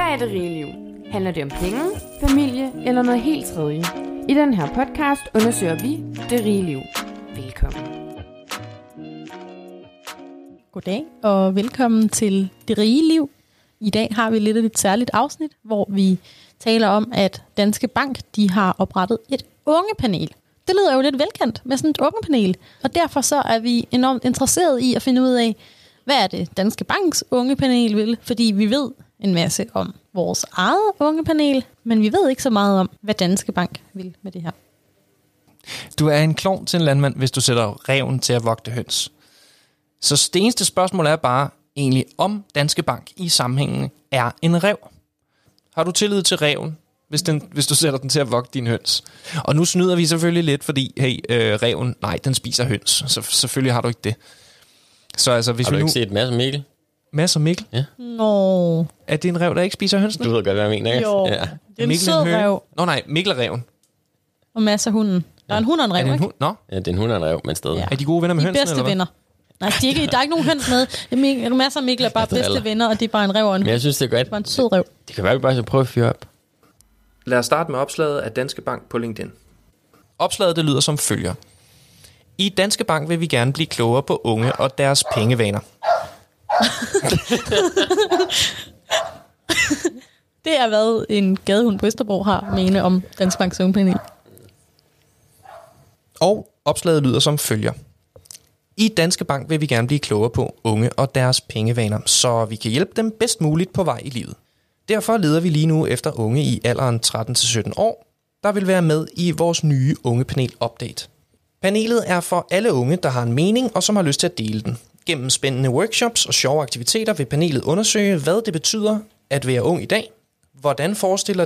Hvad er det rige liv? Handler det om penge, familie eller noget helt tredje? I den her podcast undersøger vi det rige liv. Velkommen. Goddag og velkommen til Det Rige Liv. I dag har vi lidt af et særligt afsnit, hvor vi taler om, at Danske Bank de har oprettet et ungepanel. Det lyder jo lidt velkendt med sådan et ungepanel, og derfor så er vi enormt interesserede i at finde ud af, hvad er det Danske Banks ungepanel vil, fordi vi ved en masse om vores eget ungepanel, men vi ved ikke så meget om, hvad Danske Bank vil med det her. Du er en klovn til en landmand, hvis du sætter ræven til at vogte høns. Så det eneste spørgsmål er bare egentlig, om Danske Bank i sammenhængen er en ræv. Har du tillid til ræven, hvis du sætter den til at vogte din høns? Og nu snyder vi selvfølgelig lidt, fordi ræven, nej, den spiser høns. Så selvfølgelig har du ikke det. Så altså, hvis har du vi ikke nu... set Mads og Mikkel? Mads og Mikkel? Ja. Nå. Er det en ræv, der ikke spiser hønsene? Du ved godt, hvad jeg mener, ikke? Jo, Ja. det er en Mikkel sød høne? ræv. Nå nej, Mikkel er ræven. Og Mads og hunden. Der er en hund og en Er ræv, det en ikke? hund? Nå, Ja, det er en hund og en ræv, men stadig. Ja. er de gode venner med De er hønsene, bedste eller hvad? venner. Nej, der er ikke nogen høns med. Mads og Mikkel er bare bedste venner, og det er bare en ræv og en Men hund. jeg synes, det er godt. Det er bare en sød ræv. Det kan være, vi bare skal prøve at fyre op. Lad os starte med opslaget af Danske Bank på LinkedIn. Opslaget det lyder som følger. I Danske Bank vil vi gerne blive klogere på unge og deres pengevaner. Det er hvad en gadehund på Østerbro har mene om Danske Banks ungepanel. Og opslaget lyder som følger. I Danske Bank vil vi gerne blive klogere på unge og deres pengevaner, så vi kan hjælpe dem bedst muligt på vej i livet. Derfor leder vi lige nu efter unge i alderen 13-17 år, der vil være med i vores nye ungepanel update. Panelet er for alle unge, der har en mening og som har lyst til at dele den. Gennem spændende workshops og sjove aktiviteter vil panelet undersøge, hvad det betyder at være ung i dag. Hvordan forestiller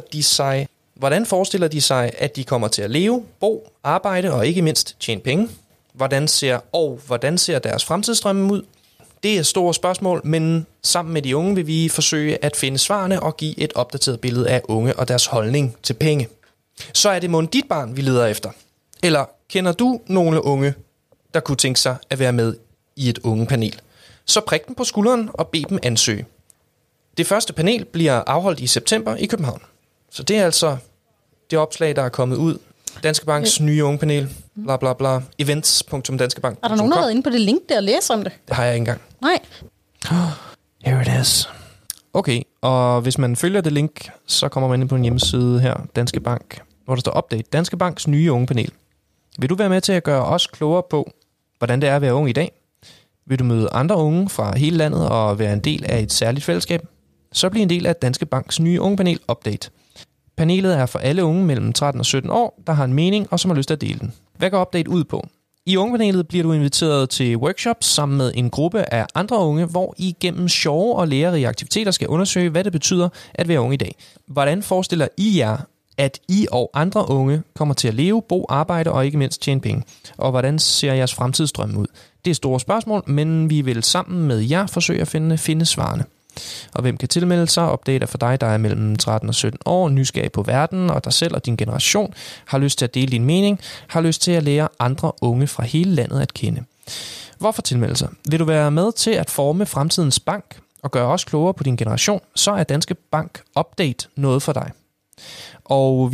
de sig, at de kommer til at leve, bo, arbejde og ikke mindst tjene penge? Hvordan ser deres fremtidsdrømme ud? Det er store spørgsmål, men sammen med de unge vil vi forsøge at finde svarene og give et opdateret billede af unge og deres holdning til penge. Så er det mon dit barn, vi leder efter? Eller kender du nogle unge, der kunne tænke sig at være med i et ungepanel? Så prik dem på skulderen og bed dem ansøge. Det første panel bliver afholdt i september i København. Så det er altså det opslag, der er kommet ud. Danske Banks nye ungepanel, bla bla bla, events.danske.bank. Er der nogen, der har været inde på det link der og læse om det? Det har jeg ikke engang. Nej. Here it is. Okay, og hvis man følger det link, så kommer man ind på en hjemmeside her, Danske Bank, hvor der står update, Danske Banks nye ungepanel. Vil du være med til at gøre os klogere på, hvordan det er at være ung i dag? Vil du møde andre unge fra hele landet og være en del af et særligt fællesskab? Så bliv en del af Danske Banks nye ungepanel update. Panelet er for alle unge mellem 13 og 17 år, der har en mening og som har lyst til at dele den. Hvad går update ud på? I ungepanelet bliver du inviteret til workshops sammen med en gruppe af andre unge, hvor I gennem sjove og lærerige aktiviteter skal undersøge, hvad det betyder at være ung i dag. Hvordan forestiller I jer, at I og andre unge kommer til at leve, bo, arbejde og ikke mindst tjene penge? Og hvordan ser jeres fremtidsdrømme ud? Det er store spørgsmål, men vi vil sammen med jer forsøge at finde svarene. Og hvem kan tilmelde sig? Update for dig, der er mellem 13 og 17 år, nysgerrig på verden og dig selv og din generation, har lyst til at dele din mening, har lyst til at lære andre unge fra hele landet at kende. Hvorfor tilmelde sig? Vil du være med til at forme fremtidens bank og gøre os klogere på din generation, så er Danske Bank Update noget for dig. Og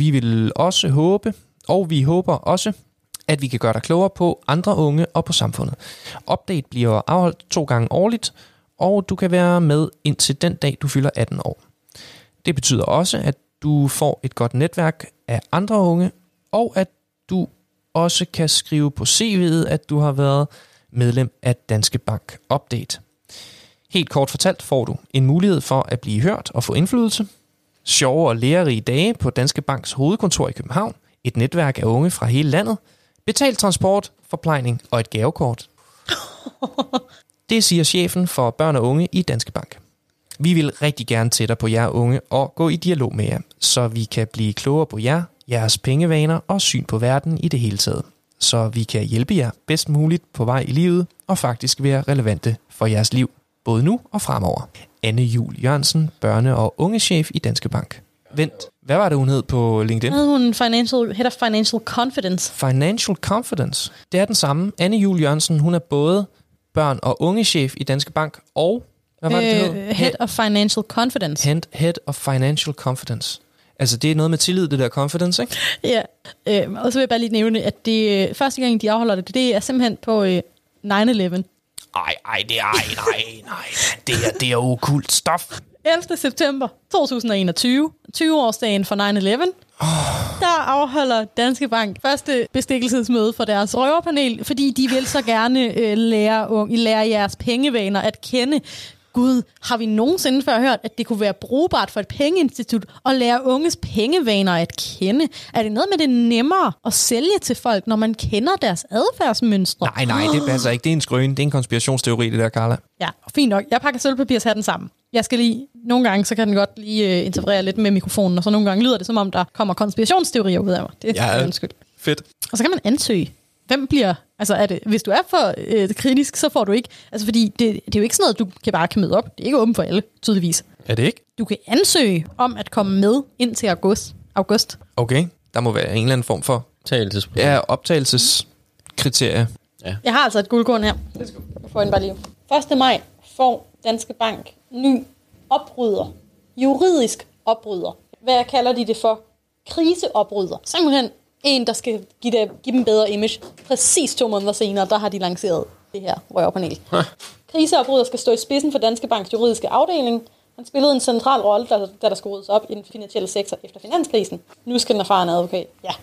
vi håber også, at vi kan gøre dig klogere på andre unge og på samfundet. Update bliver afholdt 2 gange årligt, og du kan være med indtil den dag, du fylder 18 år. Det betyder også, at du får et godt netværk af andre unge, og at du også kan skrive på CV'et, at du har været medlem af Danske Bank Update. Helt kort fortalt får du en mulighed for at blive hørt og få indflydelse, sjove og lærerige dage på Danske Banks hovedkontor i København, et netværk af unge fra hele landet, betalt transport, forplejning og et gavekort. Det siger chefen for børn og unge i Danske Bank. Vi vil rigtig gerne tættere på jer unge og gå i dialog med jer, så vi kan blive klogere på jer, jeres pengevaner og syn på verden i det hele taget. Så vi kan hjælpe jer bedst muligt på vej i livet og faktisk være relevante for jeres liv, både nu og fremover. Anne Juhl Jørgensen, børne- og ungechef i Danske Bank. Vent, hvad var det, hun hed på LinkedIn? Hed hun Head of Financial Confidence. Financial Confidence. Det er den samme. Anne Juhl Jørgensen, hun er både børn- og ungechef i Danske Bank og Hvad var det hed? Head of Financial Confidence. Head of Financial Confidence. Altså, det er noget med tillid, det der confidence, ikke? Ja, og så vil jeg bare lige nævne, at det første gang, de afholder det er simpelthen på 9/11. Nej, det er okkult stof. 11. september 2021, 20-årsdagen for 9/11, der afholder Danske Bank første bestikkelsesmøde for deres røverpanel, fordi de vil så gerne lære jeres pengevaner at kende. Gud, har vi nogensinde før hørt, at det kunne være brugbart for et pengeinstitut at lære unges pengevaner at kende? Er det noget med det nemmere at sælge til folk, når man kender deres adfærdsmønstre? Nej, det passer ikke. Det er en skrøne. Det er en konspirationsteori, det der, Carla. Ja, fint nok. Jeg pakker sølvpapirshatten sammen. Jeg skal lige, nogle gange, så kan den godt lige interferere lidt med mikrofonen, og så nogle gange lyder det, som om der kommer konspirationsteorier ud af mig. Det er undskyld. Fedt. Og så kan man ansøge. Hvem bliver, altså er det, hvis du er for kritisk, så får du ikke, altså fordi det er jo ikke sådan noget, du bare kan møde op. Det er ikke åbent for alle, tydeligvis. Er det ikke? Du kan ansøge om at komme med ind til august. Okay, der må være en eller anden form for optagelseskriterier. Ja. Jeg har altså et guldkorn her. Jeg får den bare lige. 1. maj får Danske Bank ny oprydder. Juridisk oprydder. Hvad kalder de det for? Kriseoprydder. Simpelthen en, der skal give dem bedre image. Præcis 2 måneder senere, der har de lanceret det her røverpanel. Kriseoprydder skal stå i spidsen for Danske Banks juridiske afdeling. Han spillede en central rolle, da der skulle ryddes op i den finansielle sektor efter finanskrisen. Nu skal den erfarne advokat. Ja.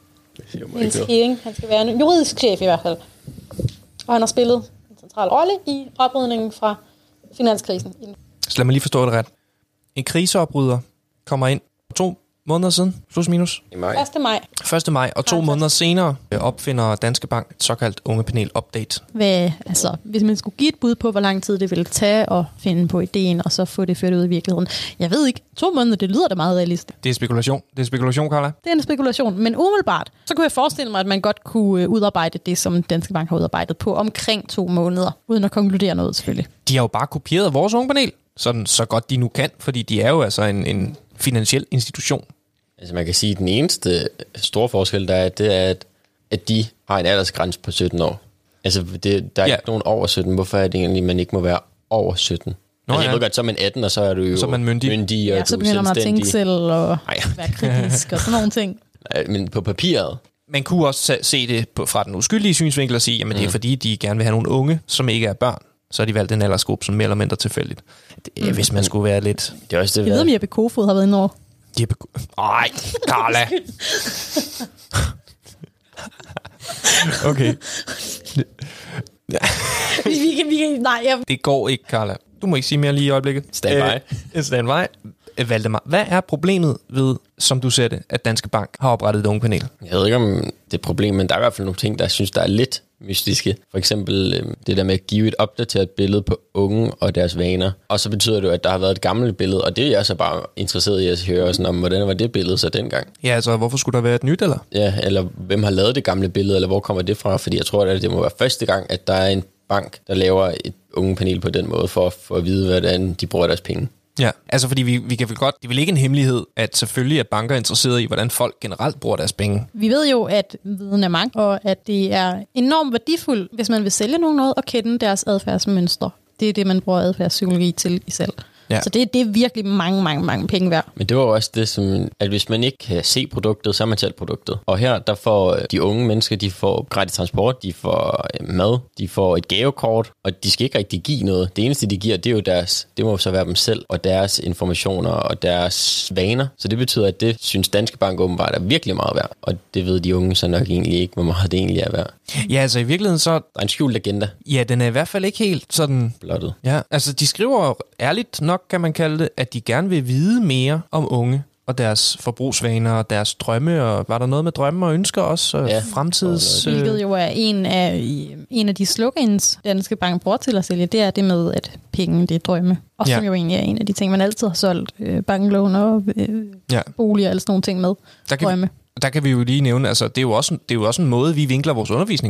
Han skal være en juridisk chef i hvert fald. Og han har spillet en central rolle i oprydningen fra finanskrisen. Så lad mig lige forstå det ret. En kriseoprydder kommer ind 2 måneder siden, plus minus. I maj. 1. maj. 1. maj, og 2 måneder senere opfinder Danske Bank et såkaldt ungepanel update. Hvis man skulle give et bud på, hvor lang tid det ville tage at finde på ideen, og så få det ført ud i virkeligheden. Jeg ved ikke, 2 måneder, det lyder da meget realistisk. Det er spekulation. Det er spekulation, Carla. Det er en spekulation, men umiddelbart, så kunne jeg forestille mig, at man godt kunne udarbejde det, som Danske Bank har udarbejdet på omkring 2 måneder, uden at konkludere noget selvfølgelig. De har jo bare kopieret vores ungepanel, sådan så godt de nu kan, fordi de er jo altså en finansiel institution. Altså man kan sige, at den eneste store forskel, der er, det er, at de har en aldersgrænse på 17 år. Altså der er ikke nogen over 17. Hvorfor er det egentlig, man ikke må være over 17? Jeg ved godt, så er man 18, og så er du jo så er man myndig og så begynder man at tænke selv og være kritisk og sådan nogle ting. Nej, men på papiret. Man kunne også se det fra den uskyldige synsvinkel og sige, jamen det er fordi, de gerne vil have nogle unge, som ikke er børn. Så har de valgt en aldersgruppe, som mere eller mindre tilfældigt. Hvis man skulle være lidt... Det er også det, jeg ved, om Jeppe Kofod har været inde over. Ej, Carla. Okay. Det går ikke, Carla. Du må ikke sige mere lige i øjeblikket. Standby. Valdemar, hvad er problemet ved, som du ser det, at Danske Bank har oprettet et ungepanel? Jeg ved ikke, om det er et problem, men der er i hvert fald nogle ting, der synes, der er lidt mystiske. For eksempel det der med at give et opdateret billede på unge og deres vaner. Og så betyder det jo, at der har været et gammelt billede, og det er jeg så bare interesseret i at høre sådan om, hvordan var det billede så dengang? Ja, altså hvorfor skulle der være et nyt, eller? Ja, eller hvem har lavet det gamle billede, eller hvor kommer det fra? Fordi jeg tror, at det må være første gang, at der er en bank, der laver et ungepanel på den måde, for at vide, hvordan de bruger deres penge. Ja, altså fordi vi kan vel godt, det er vel ikke en hemmelighed, at selvfølgelig er banker interesseret i, hvordan folk generelt bruger deres penge. Vi ved jo, at viden er mange, og at det er enormt værdifuldt, hvis man vil sælge nogen noget og kende deres adfærdsmønstre. Det er det, man bruger adfærdspsykologi til i selv. Ja. Så det er virkelig mange penge værd. Men det var jo også det, som, at hvis man ikke kan se produktet, så har man selv produktet. Og her, der får de unge mennesker, de får gratis transport, de får mad, de får et gavekort, og de skal ikke rigtig give noget. Det eneste, de giver, det er jo deres, det må så være dem selv, og deres informationer og deres vaner. Så det betyder, at det synes Danske Bank åbenbart er virkelig meget værd. Og det ved de unge så nok egentlig ikke, hvor meget det egentlig er værd. Ja, altså i virkeligheden så... Der er en skjult agenda. Ja, den er i hvert fald ikke helt sådan... blottet. Ja, altså de skriver ærligt nok, kan man kalde det, at de gerne vil vide mere om unge og deres forbrugsvaner og deres drømme, og var der noget med drømme og ønsker også, og fremtids... Hvilket jo er en af de slogans, Danske Bank bruger til at sælge, det er det med, at penge, det er drømme. Og som jo egentlig er en af de ting, man altid har solgt banklån og boliger og sådan nogle ting med. Drømme. Der kan vi jo lige nævne, altså det er jo også en måde, vi vinkler vores undervisning på.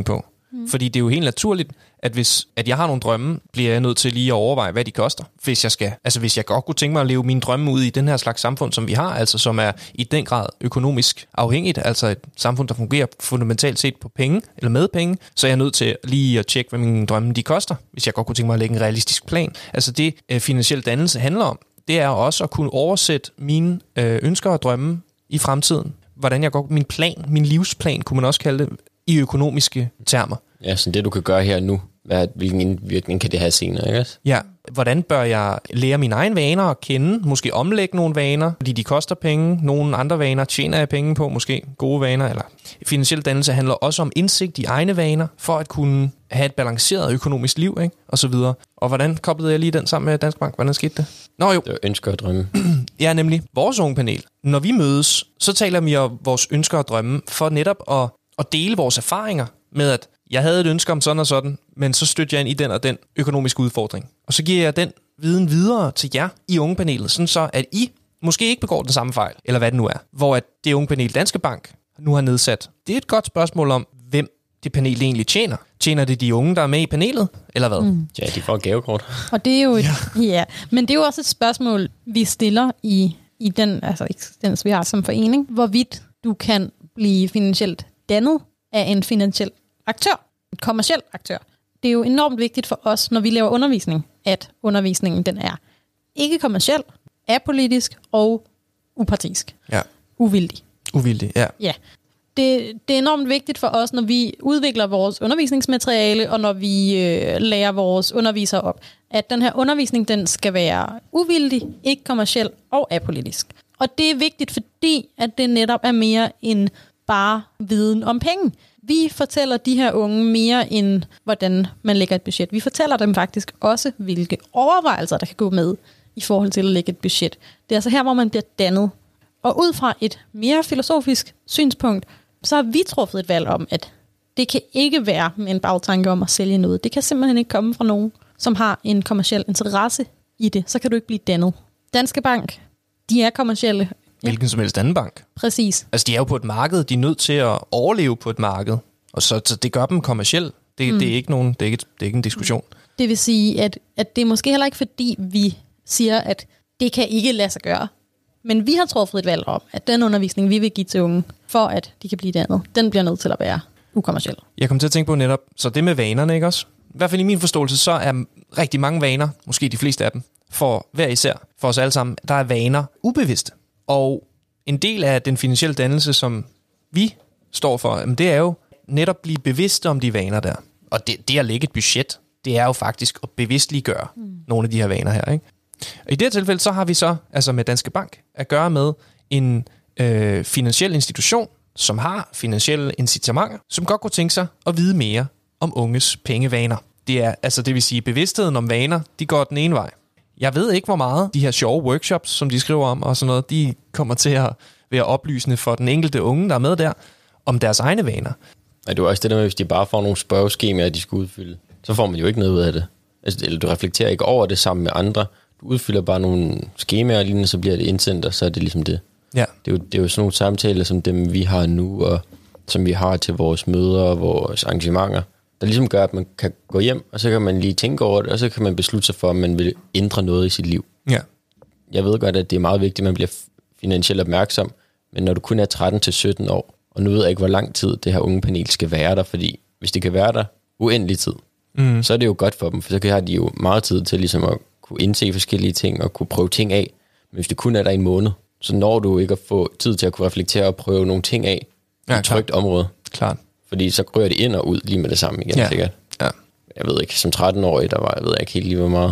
Fordi det er jo helt naturligt, at hvis jeg har nogle drømme, bliver jeg nødt til lige at overveje, hvad de koster. Hvis jeg godt kunne tænke mig at leve mine drømme ud i den her slags samfund, som vi har, altså som er i den grad økonomisk afhængigt, altså et samfund, der fungerer fundamentalt set på penge, eller med penge, så er jeg nødt til lige at tjekke, hvad mine drømme de koster, hvis jeg godt kunne tænke mig at lægge en realistisk plan. Altså det finansiel dannelse handler om, det er også at kunne oversætte mine ønsker og drømme i fremtiden. Hvordan jeg går, min livsplan, kunne man også kalde det, i økonomiske termer. Ja, så det du kan gøre her nu, hvilken indvirkning kan det have senere, ikke? Ja, hvordan bør jeg lære mine egne vaner at kende, måske omlægge nogle vaner, fordi de koster penge, nogle andre vaner tjener jeg penge på, måske gode vaner, eller finansiel dannelse handler også om indsigt i egne vaner, for at kunne have et balanceret økonomisk liv, ikke? Og så videre. Og hvordan koblede jeg lige den sammen med Danske Bank? Hvordan skete det? Nå jo. Det var ønsker og drømme. Ja, nemlig vores unge panel. Når vi mødes, så taler vi om vores ønsker og drømme, for netop at dele vores erfaringer med, at jeg havde et ønske om sådan og sådan, men så stødte jeg ind i den og den økonomiske udfordring. Og så giver jeg den viden videre til jer i ungepanelet, sådan så at I måske ikke begår den samme fejl, eller hvad det nu er. Hvor at det ungepanel Danske Bank nu har nedsat. Det er et godt spørgsmål om, hvem det panel egentlig tjener. Tjener det de unge, der er med i panelet, eller hvad? Ja, de får gavekort. Og det er jo men det er jo også et spørgsmål, vi stiller i den eksistens, vi har som forening. Hvorvidt du kan blive finansielt dannet af en finansiel aktør, en kommerciel aktør. Det er jo enormt vigtigt for os, når vi laver undervisning, at undervisningen den er ikke kommerciel, apolitisk og upartisk. Ja. Uvildig. Uvildig, ja. Ja. Det er enormt vigtigt for os, når vi udvikler vores undervisningsmateriale, og når vi lærer vores undervisere op, at den her undervisning, den skal være uvildig, ikke kommerciel og apolitisk. Og det er vigtigt, fordi at det netop er mere end bare viden om penge. Vi fortæller de her unge mere end, hvordan man lægger et budget. Vi fortæller dem faktisk også, hvilke overvejelser, der kan gå med i forhold til at lægge et budget. Det er altså her, hvor man bliver dannet. Og ud fra et mere filosofisk synspunkt, så har vi truffet et valg om, at det kan ikke være med en bagtanke om at sælge noget. Det kan simpelthen ikke komme fra nogen, som har en kommerciel interesse i det. Så kan du ikke blive dannet. Danske Bank, de er kommercielle. Hvilken som helst anden bank. Præcis. Altså, de er jo på et marked. De er nødt til at overleve på et marked. Og så det gør dem kommercielt. Det er ikke en diskussion. Det vil sige, at det er måske heller ikke fordi, vi siger, at det kan ikke lade sig gøre. Men vi har truffet et valg om, at den undervisning, vi vil give til unge, for at de kan blive dannet, den bliver nødt til at være ukommerciel. Jeg kom til at tænke på netop, så det med vanerne, ikke også? I hvert fald i min forståelse, så er rigtig mange vaner, måske de fleste af dem, for hver især, for os alle sammen, der er vaner ubevidste. Og en del af den finansielle dannelse, som vi står for, det er jo netop at blive bevidst om de vaner der. Og det at lægge et budget, det er jo faktisk at bevidstliggøre nogle af de her vaner her, ikke? Og i det her tilfælde, så har vi så, altså med Danske Bank, at gøre med en finansiel institution, som har finansielle incitamenter, som godt kunne tænke sig at vide mere om unges pengevaner. Det er, altså det vil sige, bevidstheden om vaner, de går den ene vej. Jeg ved ikke, hvor meget de her sjove workshops, som de skriver om og sådan noget, de kommer til at være oplysende for den enkelte unge, der er med der, om deres egne vaner. Ja, det er også det der med, hvis de bare får nogle spørgeskemaer, de skal udfylde, så får man jo ikke noget ud af det. Altså, eller du reflekterer ikke over det sammen med andre. Du udfylder bare nogle skemaer og lignende, så bliver det indsendt, og så er det ligesom det. Ja. Det er jo sådan nogle samtaler, som dem vi har nu, og som vi har til vores møder og vores arrangementer, der ligesom gør, at man kan gå hjem, og så kan man lige tænke over det, og så kan man beslutte sig for, om man vil ændre noget i sit liv. Ja. Jeg ved godt, at det er meget vigtigt, at man bliver finansielt opmærksom, men når du kun er 13 til 17 år, og nu ved jeg ikke, hvor lang tid det her unge panel skal være der, fordi hvis det kan være der uendelig tid, så er det jo godt for dem, for så har de jo meget tid til ligesom at kunne indse forskellige ting og kunne prøve ting af. Men hvis det kun er der i en måned, så når du ikke at få tid til at kunne reflektere og prøve nogle ting af i et trygt område. Klart. Fordi så rører det ind og ud lige med det samme igen, sikkert. Ja. Jeg ved ikke, som 13-årig, jeg ved ikke helt lige, hvor meget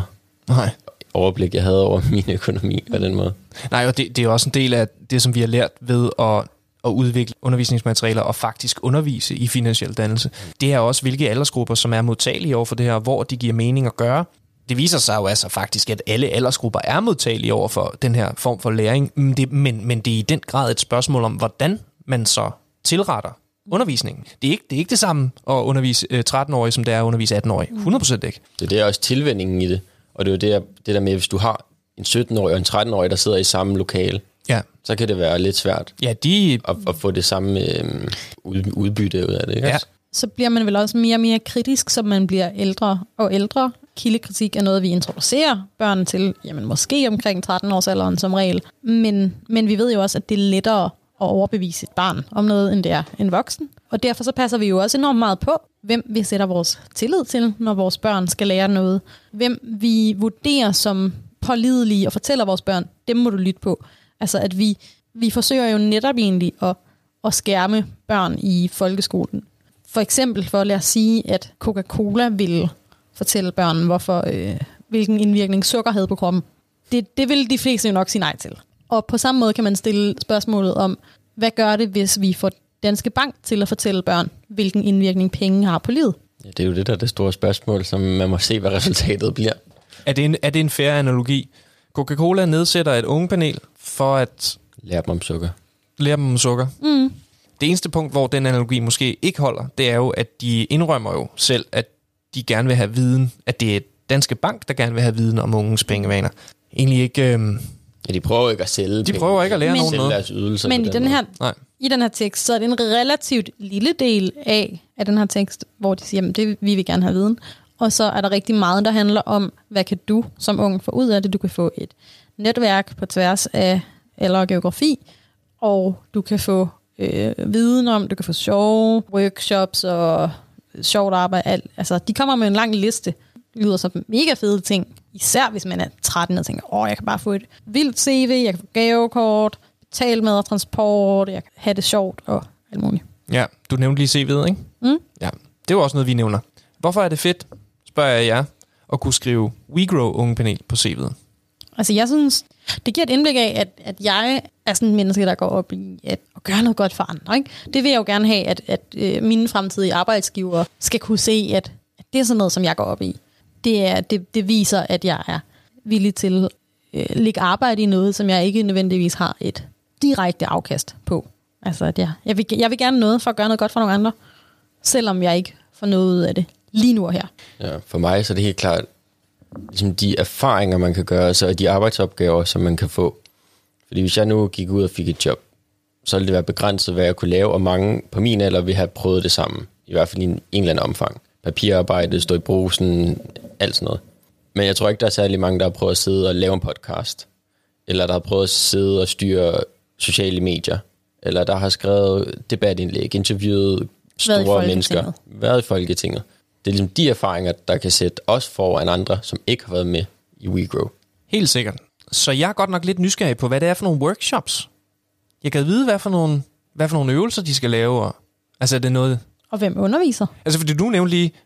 overblik jeg havde over min økonomi på den måde. Nej, og det er jo også en del af det, som vi har lært ved at udvikle undervisningsmaterialer og faktisk undervise i finansiel dannelse. Det er også, hvilke aldersgrupper, som er modtagelige over for det her, hvor det giver mening at gøre. Det viser sig jo altså faktisk, at alle aldersgrupper er modtagelige over for den her form for læring, men det er i den grad et spørgsmål om, hvordan man så tilretter undervisningen. Det er ikke det samme at undervise 13-årige, som det er at undervise 18-årige. 100% ikke. Det er også tilvænningen i det, og det er jo det der med, hvis du har en 17-årig og en 13-årig, der sidder i samme lokale, så kan det være lidt svært at få det samme udbytte ud af det. Ikke? Ja. så bliver man vel også mere og mere kritisk, som man bliver ældre og ældre. Kildekritik er noget, vi introducerer børn til, jamen måske omkring 13-årsalderen som regel. Men vi ved jo også, at det er lettere at overbevise et barn om noget, end det er en voksen. Og derfor så passer vi jo også enormt meget på, hvem vi sætter vores tillid til, når vores børn skal lære noget. Hvem vi vurderer som pålidelige og fortæller vores børn, dem må du lytte på. Altså at vi forsøger jo netop egentlig at skærme børn i folkeskolen. For eksempel for at lade os sige, at Coca-Cola ville fortælle børn, hvilken indvirkning sukker havde på kroppen. Det vil de fleste jo nok sige nej til. Og på samme måde kan man stille spørgsmålet om, hvad gør det, hvis vi får Danske Bank til at fortælle børn, hvilken indvirkning penge har på livet? Ja, det er jo det, der er det store spørgsmål, som man må se, hvad resultatet bliver. Er det en fair analogi? Coca-Cola nedsætter et ungepanel for at lære dem om sukker. Mm. Det eneste punkt, hvor den analogi måske ikke holder, det er jo, at de indrømmer jo selv, at de gerne vil have viden, at det er Danske Bank, der gerne vil have viden om unges pengevaner. Egentlig ikke... Ja, de prøver ikke at sælge De prøver ikke at lære nogen noget. Deres ydelser. Men i den her tekst, så er det en relativt lille del af den her tekst, hvor de siger, at vi vil gerne have viden. Og så er der rigtig meget, der handler om, hvad kan du som ung få ud af det? Du kan få et netværk på tværs af eller geografi, og du kan få viden om, du kan få sjove workshops og sjovt arbejde. Altså, de kommer med en lang liste. Det lyder som mega fede ting, især hvis man er 13 og tænker, jeg kan bare få et vildt CV, jeg kan få gavekort, betale med transport, jeg kan have det sjovt og alt muligt. Ja, du nævnte lige CV'et, ikke? Mm. Ja, det er jo også noget, vi nævner. Hvorfor er det fedt, spørger jeg jer, at kunne skrive WeGrow Ungepanel på CV'et? Altså, jeg synes, det giver et indblik af, at jeg er sådan en menneske, der går op i at gøre noget godt for andre. Ikke? Det vil jeg jo gerne have, at mine fremtidige arbejdsgivere skal kunne se, at det er sådan noget, som jeg går op i. Det viser, at jeg er villig til at lægge arbejde i noget, som jeg ikke nødvendigvis har et direkte afkast på. Altså, at jeg vil gerne noget for at gøre noget godt for nogle andre, selvom jeg ikke får noget ud af det lige nu og her. Ja, for mig så er det helt klart, ligesom de erfaringer, man kan gøre sig, og de arbejdsopgaver, som man kan få. Fordi hvis jeg nu gik ud og fik et job, så ville det være begrænset, hvad jeg kunne lave, og mange på min alder vil have prøvet det samme. I hvert fald i en eller anden omfang. Papirarbejde, stå i brusen, alt sådan noget. Men jeg tror ikke, der er særlig mange, der har prøvet at sidde og lave en podcast. Eller der har prøvet at sidde og styre sociale medier. Eller der har skrevet debatindlæg, interviewet store mennesker. Været i Folketinget. Det er ligesom de erfaringer, der kan sætte os foran andre, som ikke har været med i WeGrow. Helt sikkert. Så jeg er godt nok lidt nysgerrig på, hvad det er for nogle workshops. Jeg kan vide, hvad for nogle øvelser, de skal lave. Og, altså er det noget... Og hvem underviser? Altså fordi du nævnte lige,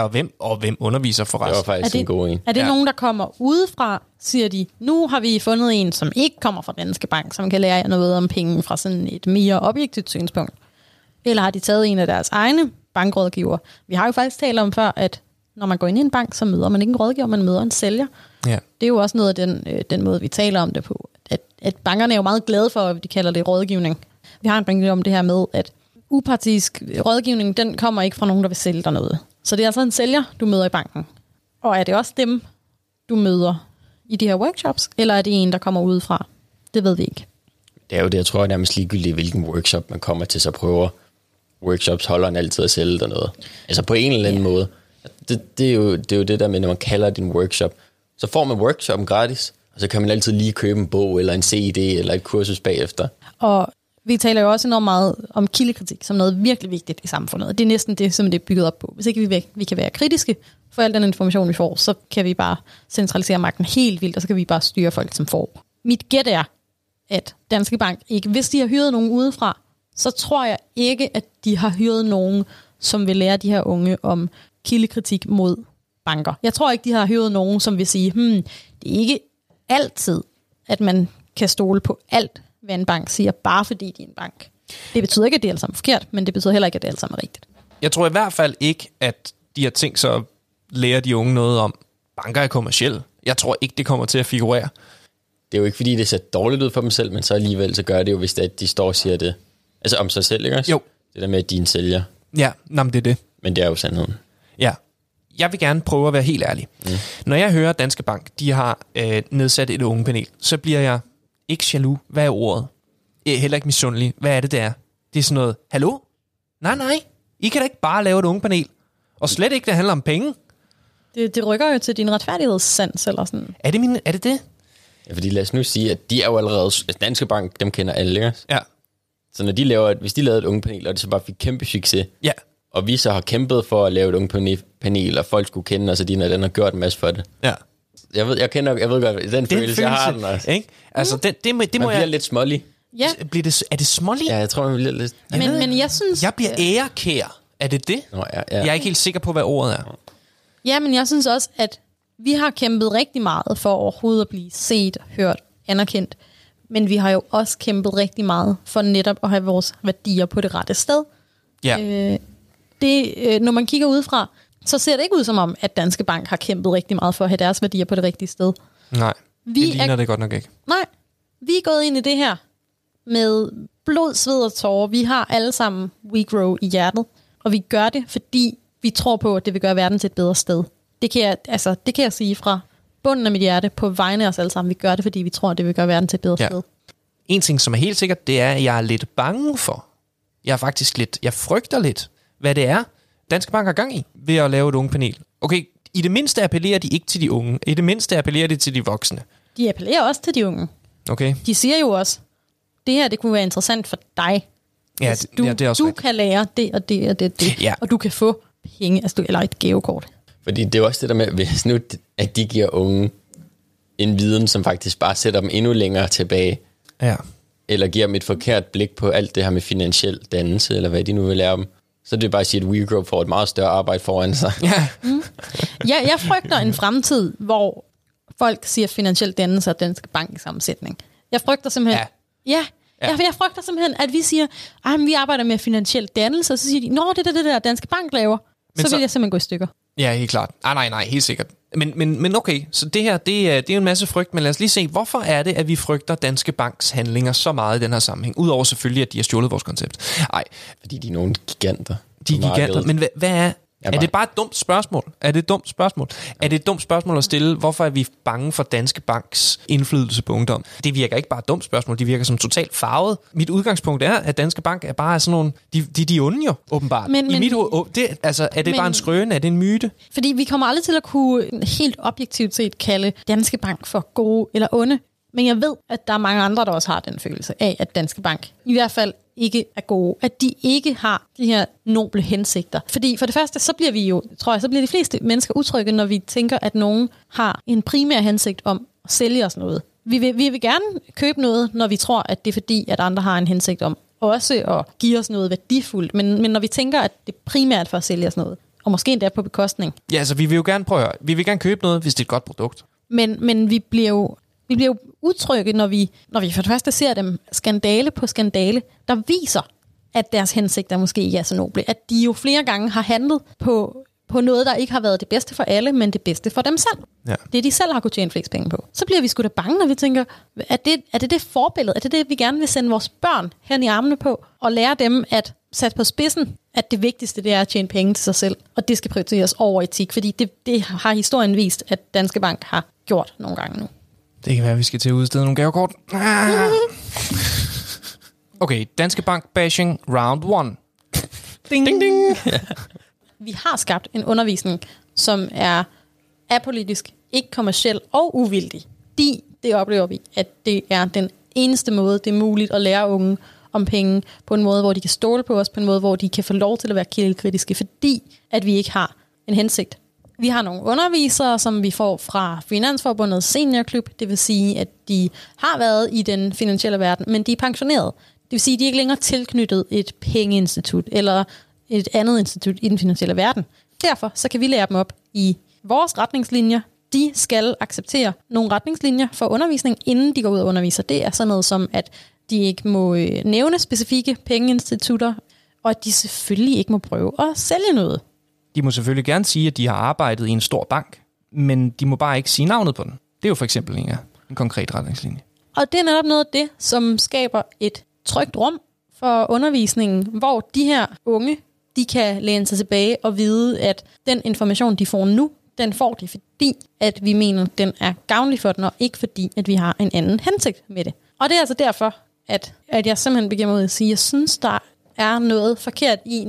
hvem underviser for resten. Det var faktisk en god en. Er det nogen, der kommer udefra, siger de, nu har vi fundet en, som ikke kommer fra Danske Bank, som kan lære jer noget om penge fra sådan et mere objektivt synspunkt? Eller har de taget en af deres egne bankrådgiver? Vi har jo faktisk talt om før, at når man går ind i en bank, så møder man ikke en rådgiver, man møder en sælger. Ja. Det er jo også noget af den måde, vi taler om det på. At bankerne er jo meget glade for, at de kalder det rådgivning. Vi har en bank om det her med, at upartisk rådgivning, den kommer ikke fra nogen, der vil sælge dig noget. Så det er altså en sælger, du møder i banken. Og er det også dem, du møder i de her workshops? Eller er det en, der kommer udefra? Det ved vi ikke. Det er jo det, jeg tror, er nærmest ligegyldigt, hvilken workshop man kommer til, så prøver workshops holderen altid at sælge dig noget. Altså på en eller anden måde. Det er jo det der med, når man kalder det en workshop. Så får man workshoppen gratis, og så kan man altid lige købe en bog, eller en CD, eller et kursus bagefter. Og vi taler jo også enormt meget om kildekritik, som noget virkelig vigtigt i samfundet. Det er næsten det, som det er bygget op på. Hvis ikke vi kan være kritiske for al den information, vi får, så kan vi bare centralisere magten helt vildt, og så kan vi bare styre folk, som får. Mit gæt er, at Danske Bank ikke, hvis de har hyret nogen udefra, så tror jeg ikke, at de har hyret nogen, som vil lære de her unge om kildekritik mod banker. Jeg tror ikke, de har hyret nogen, som vil sige, det er ikke altid, at man kan stole på alt, hvad en bank siger, bare fordi de er en bank. Det betyder ikke, at det er alt sammen forkert, men det betyder heller ikke, at det er alt sammen rigtigt. Jeg tror i hvert fald ikke, at de har tænkt sig at lære de unge noget om, banker er kommercielle. Jeg tror ikke, det kommer til at figurere. Det er jo ikke, fordi det ser dårligt ud for dem selv, men så alligevel så gør det jo, hvis det, at de står og siger det. Altså om sig selv, ikke også? Jo. Det der med, at de er en sælger. Ja, det er det. Men det er jo sandheden. Ja. Jeg vil gerne prøve at være helt ærlig. Når jeg hører Danske Bank, de har nedsat et ungepanel, så bliver jeg ikke jaloux. Hvad er ordet? Heller ikke misundelig. Hvad er det, det er? Det er sådan noget, hallo? Nej. I kan da ikke bare lave et ungepanel. Og slet ikke, det handler om penge. Det rykker jo til din retfærdighedssans, eller sådan. Er det det? Ja, fordi lad os nu sige, at de er jo allerede... Danske Bank, dem kender alle, ikke? Ja. Så når hvis de lavede et ungepanel, og det så bare fik kæmpe succes, Ja. og vi så har kæmpet for at lave et ungepanel, og folk skulle kende os, og den har gjort en masse for det. Ja. Jeg ved godt, den følelse, jeg har den også. Ikke? Altså, det må Man bliver lidt smålig. Ja, Er det smålig? Ja, jeg tror, man bliver lidt... men jeg synes... Jeg bliver ærekær. Er det det? Nå, ja. Jeg er ikke helt sikker på, hvad ordet er. Ja, men jeg synes også, at vi har kæmpet rigtig meget for overhovedet at blive set, hørt, anerkendt. Men vi har jo også kæmpet rigtig meget for netop at have vores værdier på det rette sted. Ja. Når man kigger udefra, så ser det ikke ud som om, at Danske Bank har kæmpet rigtig meget for at have deres værdier på det rigtige sted. Nej, det ligner det godt nok ikke. Nej, vi er gået ind i det her med blod, sved og tårer. Vi har alle sammen WeGrow i hjertet, og vi gør det, fordi vi tror på, at det vil gøre verden til et bedre sted. Det kan jeg sige fra bunden af mit hjerte på vegne af os alle sammen. Vi gør det, fordi vi tror, at det vil gøre verden til et bedre sted. En ting, som er helt sikkert, det er, at jeg er lidt bange for. Jeg frygter lidt, hvad det er, Danske Bank har gang i ved at lave et ungepanel. Okay, i det mindste appellerer de ikke til de unge. I det mindste appellerer de til de voksne. De appellerer også til de unge. Okay. De siger jo også, det her det kunne være interessant for dig. Ja, det er også du rigtigt. kan lære det og det og det, Ja. og du kan få penge, eller et gavekort. Fordi det er jo også det der med, hvis nu, at de giver unge en viden, som faktisk bare sætter dem endnu længere tilbage, Ja. eller giver dem et forkert blik på alt det her med finansiel dannelse, eller hvad de nu vil lære dem, så det er bare at sige, at WeGrow får et meget større arbejde foran sig. Ja. Jeg frygter en fremtid, hvor folk siger finansiel dannelse og Danske Bank i sammensætning. Jeg frygter simpelthen... Ja. Jeg frygter simpelthen, at vi siger, at vi arbejder med finansiel dannelse, og så siger de, nå, det der Danske Bank laver, så vil jeg simpelthen gå i stykker. Ja, helt klart. Nej, helt sikkert. Men okay, så det her, det er jo en masse frygt, men lad os lige se, hvorfor er det, at vi frygter Danske Banks handlinger så meget i den her sammenhæng? Udover selvfølgelig, at de har stjålet vores koncept. Nej. Fordi de er nogle giganter. De er giganter, men hvad er... Er det bare et dumt spørgsmål? Er det et dumt spørgsmål at stille? Hvorfor er vi bange for Danske Banks indflydelse på ungdom? Det virker ikke bare et dumt spørgsmål, det virker som totalt farvet. Mit udgangspunkt er, at Danske Bank er bare sådan nogle... De onde jo, åbenbart. I mit hoved, er det bare en skrøne? Er det en myte? Fordi vi kommer aldrig til at kunne helt objektivt set kalde Danske Bank for gode eller onde. Men jeg ved, at der er mange andre, der også har den følelse af, at Danske Bank i hvert fald ikke er gode. At de ikke har de her noble hensigter. Fordi for det første, så bliver de fleste mennesker utrygge, når vi tænker, at nogen har en primær hensigt om at sælge os noget. Vi vil gerne købe noget, når vi tror, at det er fordi, at andre har en hensigt om også at give os noget værdifuldt. Men når vi tænker, at det er primært for at sælge os noget, og måske endda på bekostning. Ja, altså vi vil jo gerne vi vil gerne købe noget, hvis det er et godt produkt. Men vi bliver jo utrygge, når vi for det første ser dem skandale på skandale, der viser, at deres hensigter måske ikke er så noble. At de jo flere gange har handlet på noget, der ikke har været det bedste for alle, men det bedste for dem selv. Ja. Det de selv har kunnet tjene flest penge på. Så bliver vi sgu da bange, når vi tænker, er det forbillede? Er det vi gerne vil sende vores børn hen i armene på? Og lære dem at sætte på spidsen, at det vigtigste det er at tjene penge til sig selv. Og det skal prioriteres over etik, fordi det har historien vist, at Danske Bank har gjort nogle gange nu. Det kan være, at vi skal til at udstede nogle gavekort. Okay, Danske Bank bashing round 1. Ding, ding, ding. Vi har skabt en undervisning, som er apolitisk, ikke kommerciel og uvildig. Det oplever vi, at det er den eneste måde, det er muligt at lære unge om penge på en måde, hvor de kan stole på os, på en måde, hvor de kan få lov til at være kildekritiske, fordi at vi ikke har en hensigt. Vi har nogle undervisere, som vi får fra Finansforbundets seniorklub. Det vil sige, at de har været i den finansielle verden, men de er pensioneret. Det vil sige, at de er ikke længere tilknyttet et pengeinstitut eller et andet institut i den finansielle verden. Derfor så kan vi lære dem op i vores retningslinjer. De skal acceptere nogle retningslinjer for undervisning, inden de går ud og underviser. Det er sådan noget som, at de ikke må nævne specifikke pengeinstitutter, og at de selvfølgelig ikke må prøve at sælge noget. De må selvfølgelig gerne sige, at de har arbejdet i en stor bank, men de må bare ikke sige navnet på den. Det er jo for eksempel en konkret retningslinje. Og det er netop noget af det, som skaber et trygt rum for undervisningen, hvor de her unge, de kan læne sig tilbage og vide, at den information, de får nu, den får de, fordi at vi mener, den er gavnlig for den, og ikke fordi, at vi har en anden hensigt med det. Og det er altså derfor, at jeg simpelthen begiver mig ud at sige, at jeg synes, der er noget forkert i, når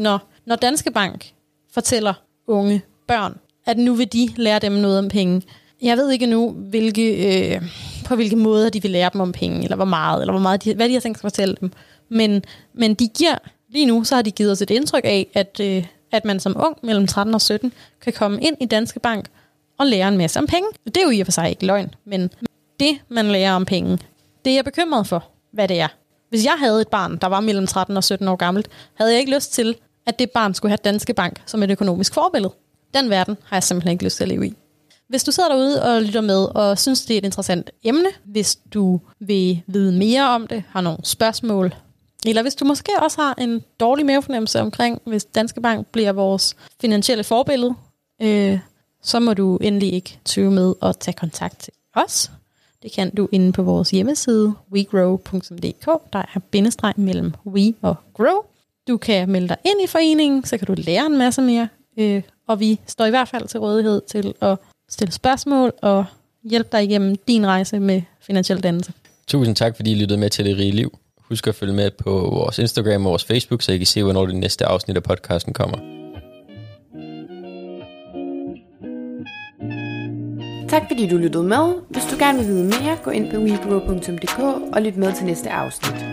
Når Danske Bank fortæller unge børn, at nu vil de lære dem noget om penge. Jeg ved ikke nu, på hvilke måder de vil lære dem om penge, eller hvor meget hvad de har tænkt sig at fortælle dem. Men de giver, lige nu, så har de givet os et indtryk af, at man som ung mellem 13 og 17 kan komme ind i Danske Bank og lære en masse om penge. Det er jo i og for sig ikke løgn, men det, man lærer om penge, det er jeg bekymret for, hvad det er. Hvis jeg havde et barn, der var mellem 13 og 17 år gammelt, havde jeg ikke lyst til, at det barn skulle have Danske Bank som et økonomisk forbillede. Den verden har jeg simpelthen ikke lyst til at leve i. Hvis du sidder derude og lytter med og synes, det er et interessant emne, hvis du vil vide mere om det, har nogle spørgsmål, eller hvis du måske også har en dårlig mavefornemmelse omkring, hvis Danske Bank bliver vores finansielle forbillede, så må du endelig ikke tøve med at tage kontakt til os. Det kan du inde på vores hjemmeside, wegrow.dk. Der er bindestreg mellem we og grow. Du kan melde dig ind i foreningen, så kan du lære en masse mere. Og vi står i hvert fald til rådighed til at stille spørgsmål og hjælpe dig igennem din rejse med finansiel dannelse. Tusind tak, fordi I lyttede med til Det Rige Liv. Husk at følge med på vores Instagram og vores Facebook, så I kan se, hvornår det næste afsnit af podcasten kommer. Tak fordi du lyttede med. Hvis du gerne vil vide mere, gå ind på wegrow.dk og lyt med til næste afsnit.